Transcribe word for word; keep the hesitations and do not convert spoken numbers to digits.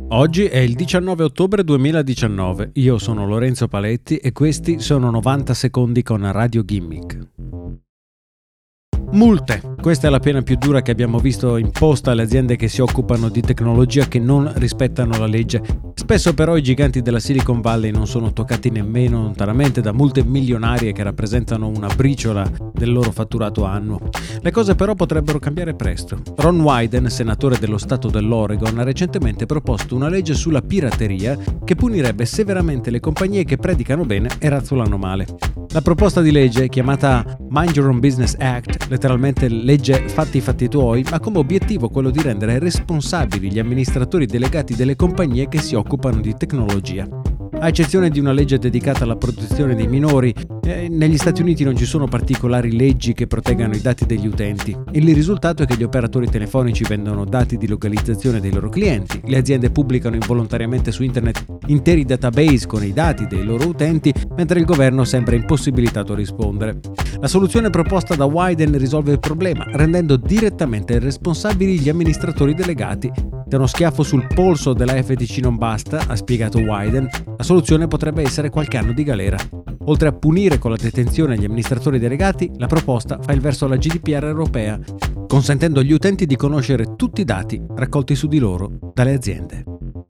Oggi è il diciannove ottobre duemiladiciannove, io sono Lorenzo Paletti e questi sono novanta secondi con Radio Gimmick. Multe. Questa è la pena più dura che abbiamo visto imposta alle aziende che si occupano di tecnologia che non rispettano la legge. Spesso però i giganti della Silicon Valley non sono toccati nemmeno lontanamente da multe milionarie che rappresentano una briciola del loro fatturato annuo. Le cose però potrebbero cambiare presto. Ron Wyden, senatore dello stato dell'Oregon, ha recentemente proposto una legge sulla pirateria che punirebbe severamente le compagnie che predicano bene e razzolano male. La proposta di legge, chiamata Mind Your Own Business Act, letteralmente legge fatti i fatti tuoi, ha come obiettivo quello di rendere responsabili gli amministratori delegati delle compagnie che si occupano di tecnologia. A eccezione di una legge dedicata alla protezione dei minori, eh, negli Stati Uniti non ci sono particolari leggi che proteggano i dati degli utenti. Il risultato è che gli operatori telefonici vendono dati di localizzazione dei loro clienti, le aziende pubblicano involontariamente su internet interi database con i dati dei loro utenti, mentre il governo sembra impossibilitato a rispondere. La soluzione proposta da Wyden risolve il problema, rendendo direttamente responsabili gli amministratori delegati. Se uno schiaffo sul polso della F T C non basta, ha spiegato Wyden, la soluzione potrebbe essere qualche anno di galera. Oltre a punire con la detenzione gli amministratori delegati, la proposta fa il verso alla G D P R europea, consentendo agli utenti di conoscere tutti i dati raccolti su di loro dalle aziende.